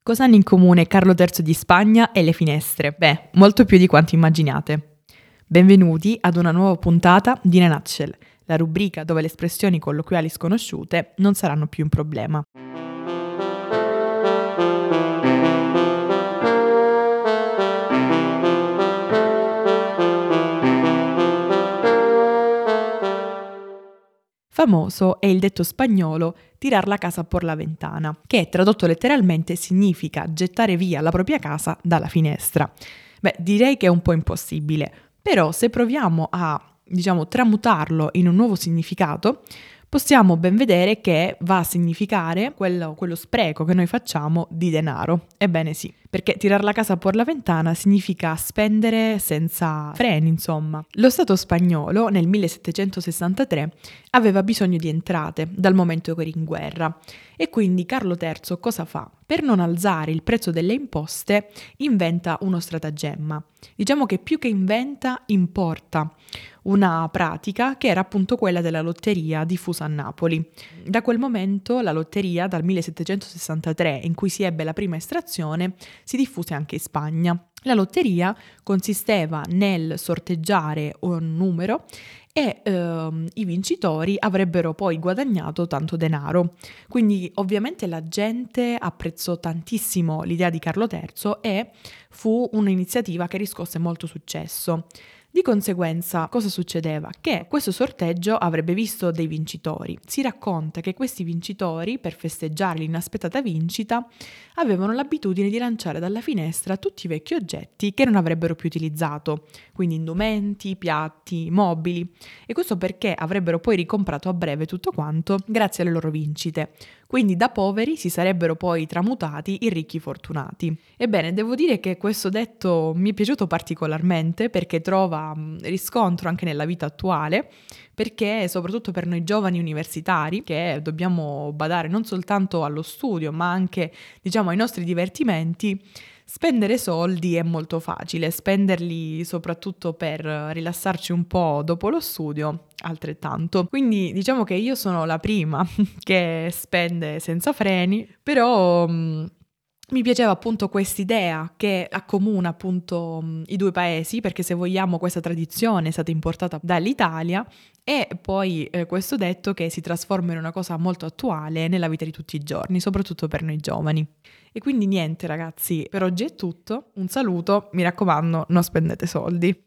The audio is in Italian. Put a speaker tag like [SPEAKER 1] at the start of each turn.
[SPEAKER 1] Cosa hanno in comune Carlo III di Spagna e le finestre? Beh, molto più di quanto immaginiate. Benvenuti ad una nuova puntata di In a Nutshell, la rubrica dove le espressioni colloquiali sconosciute non saranno più un problema. Famoso è il detto spagnolo tirar la casa por la ventana, che tradotto letteralmente significa gettare via la propria casa dalla finestra. Beh, direi che è un po' impossibile, però se proviamo a, tramutarlo in un nuovo significato, possiamo ben vedere che va a significare quello spreco che noi facciamo di denaro. Ebbene sì, perché tirar la casa por la ventana significa spendere senza freni, insomma. Lo Stato spagnolo nel 1763 aveva bisogno di entrate dal momento che era in guerra e quindi Carlo III cosa fa? Per non alzare il prezzo delle imposte inventa uno stratagemma. Diciamo che più che inventa, importa una pratica che era appunto quella della lotteria diffusa a Napoli. Da quel momento la lotteria, dal 1763 in cui si ebbe la prima estrazione, si diffuse anche in Spagna. La lotteria consisteva nel sorteggiare un numero e i vincitori avrebbero poi guadagnato tanto denaro. Quindi ovviamente la gente apprezzò tantissimo l'idea di Carlo III e fu un'iniziativa che riscosse molto successo. Di conseguenza, cosa succedeva? Che questo sorteggio avrebbe visto dei vincitori. Si racconta che questi vincitori, per festeggiare l'inaspettata vincita, avevano l'abitudine di lanciare dalla finestra tutti i vecchi oggetti che non avrebbero più utilizzato, quindi indumenti, piatti, mobili, e questo perché avrebbero poi ricomprato a breve tutto quanto grazie alle loro vincite. Quindi da poveri si sarebbero poi tramutati in ricchi fortunati. Ebbene, devo dire che questo detto mi è piaciuto particolarmente perché trova riscontro anche nella vita attuale, perché soprattutto per noi giovani universitari che dobbiamo badare non soltanto allo studio ma anche ai nostri divertimenti, spendere soldi è molto facile, spenderli soprattutto per rilassarci un po' dopo lo studio, altrettanto. Quindi diciamo che io sono la prima che spende senza freni, però mi piaceva appunto quest'idea che accomuna appunto i due paesi, perché se vogliamo questa tradizione è stata importata dall'Italia e poi questo detto che si trasforma in una cosa molto attuale nella vita di tutti i giorni, soprattutto per noi giovani. E quindi niente ragazzi, per oggi è tutto, un saluto, mi raccomando, non spendete soldi.